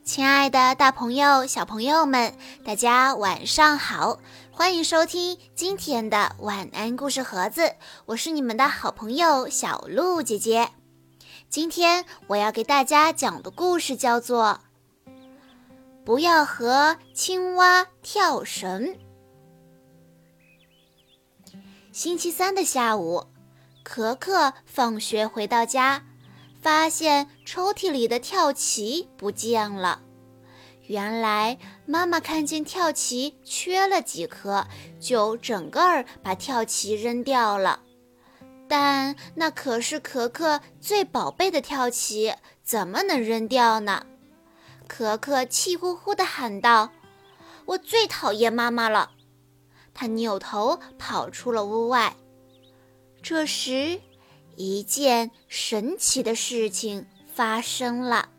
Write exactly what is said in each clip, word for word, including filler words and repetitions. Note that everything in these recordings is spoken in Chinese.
亲爱的大朋友、小朋友们，大家晚上好，欢迎收听今天的晚安故事盒子，我是你们的好朋友小鹿姐姐。今天我要给大家讲的故事叫做不要和青蛙跳绳。星期三的下午，可可放学回到家，发现抽屉里的跳棋不见了。原来妈妈看见跳棋缺了几颗，就整个儿把跳棋扔掉了。但那可是可可最宝贝的跳棋，怎么能扔掉呢？可可气呼呼地喊道：“我最讨厌妈妈了！”她扭头跑出了屋外。这时，一件神奇的事情发生了。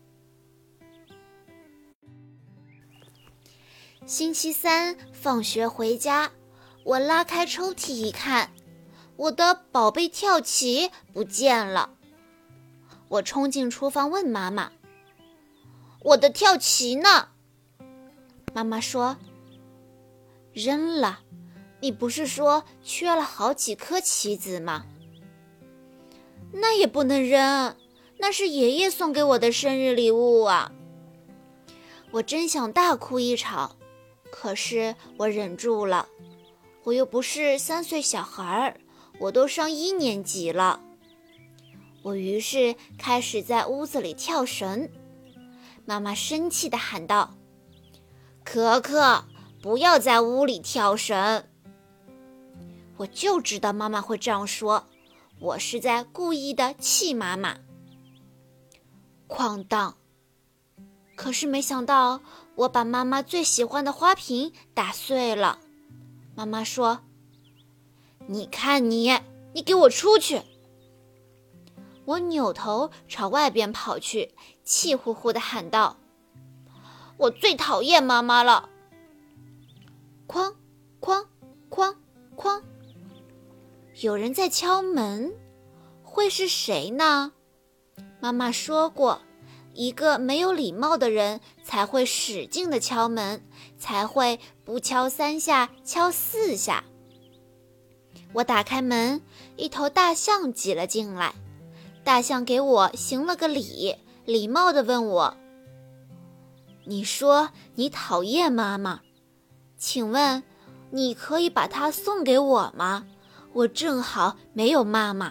星期三放学回家，我拉开抽屉一看，我的宝贝跳棋不见了。我冲进厨房问妈妈：“我的跳棋呢？”妈妈说：“扔了，你不是说缺了好几颗棋子吗？”那也不能扔，那是爷爷送给我的生日礼物啊！我真想大哭一场，可是我忍住了。我又不是三岁小孩，我都上一年级了。我于是开始在屋子里跳绳。妈妈生气地喊道：“可可，不要在屋里跳绳！”我就知道妈妈会这样说，我是在故意的气妈妈。哐当！可是没想到，我把妈妈最喜欢的花瓶打碎了。妈妈说：“你看你，你给我出去！”我扭头朝外边跑去，气呼呼地喊道：“我最讨厌妈妈了！”哐哐哐哐，有人在敲门，会是谁呢？妈妈说过，一个没有礼貌的人才会使劲地敲门，才会不敲三下敲四下。我打开门，一头大象挤了进来。大象给我行了个礼，礼貌地问我：“你说你讨厌妈妈，请问你可以把她送给我吗？我正好没有妈妈。”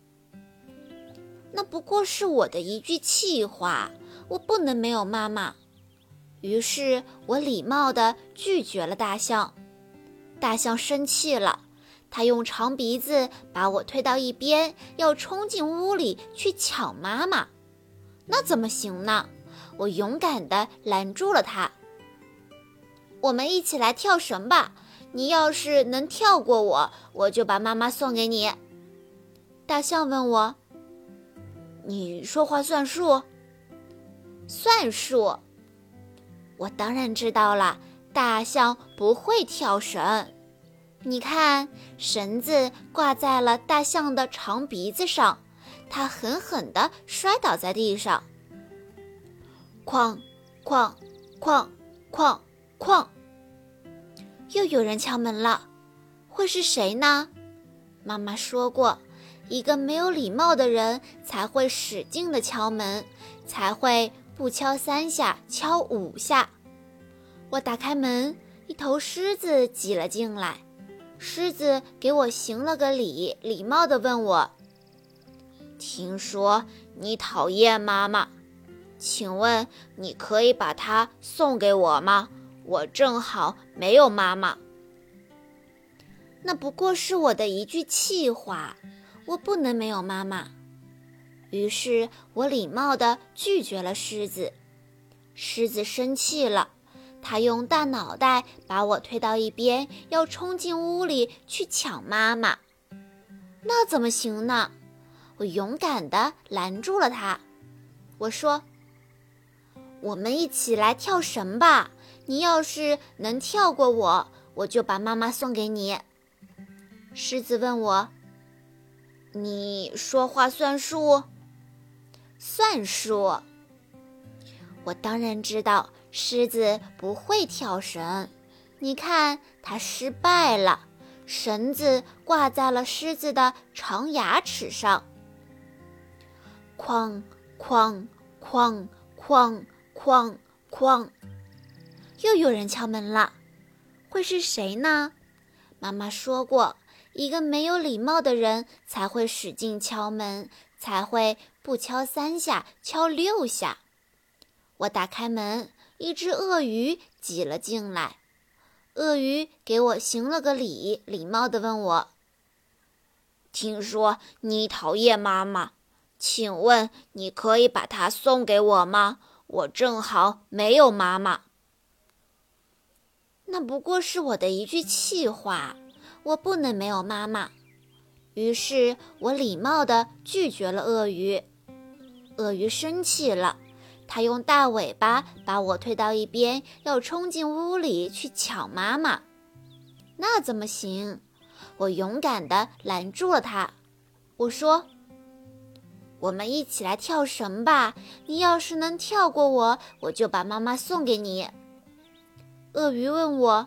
那不过是我的一句气话，我不能没有妈妈。于是我礼貌地拒绝了大象。大象生气了，他用长鼻子把我推到一边，要冲进屋里去抢妈妈。那怎么行呢？我勇敢地拦住了他。我们一起来跳绳吧，你要是能跳过我，我就把妈妈送给你。大象问我：“你说话算数？”算数。我当然知道了，大象不会跳绳。你看，绳子挂在了大象的长鼻子上，它狠狠地摔倒在地上。哐哐哐哐哐，又有人敲门了，会是谁呢？妈妈说过，一个没有礼貌的人才会使劲地敲门，才会不敲三下敲五下。我打开门，一头狮子挤了进来。狮子给我行了个礼，礼貌地问我：“听说你讨厌妈妈，请问你可以把她送给我吗？我正好没有妈妈。”那不过是我的一句气话，我不能没有妈妈。于是我礼貌地拒绝了狮子。狮子生气了，他用大脑袋把我推到一边，要冲进屋里去抢妈妈。那怎么行呢？我勇敢地拦住了他。我说：“我们一起来跳绳吧，你要是能跳过我，我就把妈妈送给你。”狮子问我：“你说话算数？”算数。 我当然知道狮子不会跳绳，你看它失败了，绳子挂在了狮子的长牙齿上。哐哐哐哐哐哐，又有人敲门了，会是谁呢？妈妈说过，一个没有礼貌的人才会使劲敲门，才会不敲三下，敲六下。我打开门，一只鳄鱼挤了进来。鳄鱼给我行了个礼，礼貌地问我：“听说你讨厌妈妈，请问你可以把她送给我吗？我正好没有妈妈。”那不过是我的一句气话，我不能没有妈妈。于是我礼貌地拒绝了鳄鱼。鳄鱼生气了，它用大尾巴把我推到一边，要冲进屋里去抢妈妈。那怎么行？我勇敢地拦住了它。我说：“我们一起来跳绳吧，你要是能跳过我，我就把妈妈送给你。”鳄鱼问我：“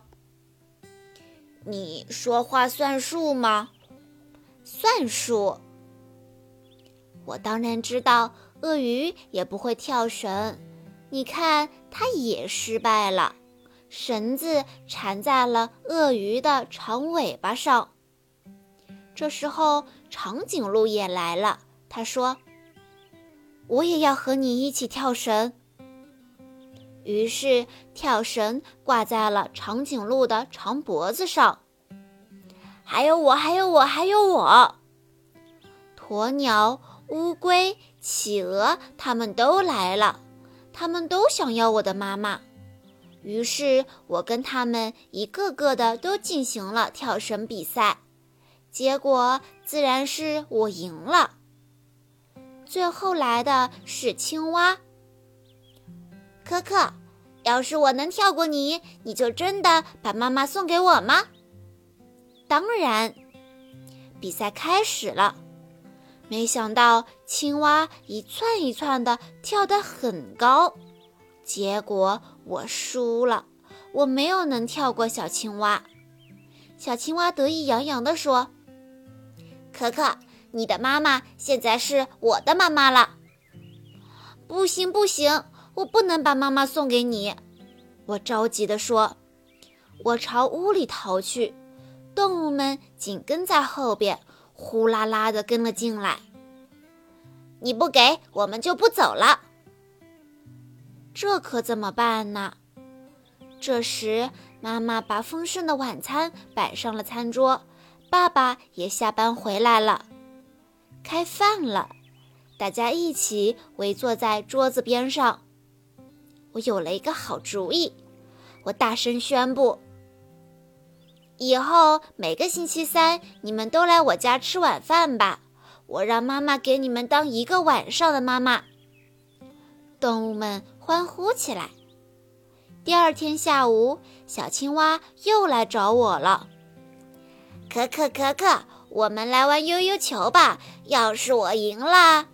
你说话算数吗？”算数。我当然知道鳄鱼也不会跳绳，你看它也失败了，绳子缠在了鳄鱼的长尾巴上。这时候长颈鹿也来了，他说：“我也要和你一起跳绳。”于是跳绳挂在了长颈鹿的长脖子上。还有我，还有我，还有我！鸵鸟、乌龟、企鹅，他们都来了，他们都想要我的妈妈。于是我跟他们一个个的都进行了跳绳比赛，结果自然是我赢了。最后来的是青蛙。可可，要是我能跳过你，你就真的把妈妈送给我吗？当然。比赛开始了，没想到青蛙一窜一窜的跳得很高，结果我输了，我没有能跳过小青蛙。小青蛙得意洋洋地说：“可可，你的妈妈现在是我的妈妈了。”不行不行，我不能把妈妈送给你，我着急地说。我朝屋里逃去，动物们紧跟在后边，呼啦啦地跟了进来。你不给，我们就不走了。这可怎么办呢？这时，妈妈把丰盛的晚餐摆上了餐桌，爸爸也下班回来了。开饭了，大家一起围坐在桌子边上。我有了一个好主意，我大声宣布：以后每个星期三，你们都来我家吃晚饭吧，我让妈妈给你们当一个晚上的妈妈。动物们欢呼起来。第二天下午，小青蛙又来找我了。可可可可，我们来玩悠悠球吧，要是我赢了。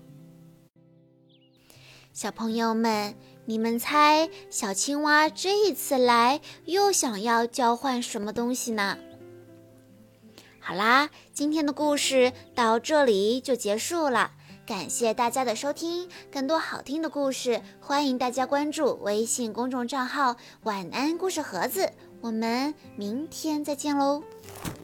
小朋友们，你们猜小青蛙这一次来又想要交换什么东西呢？好啦，今天的故事到这里就结束了，感谢大家的收听。更多好听的故事，欢迎大家关注微信公众账号晚安故事盒子，我们明天再见喽。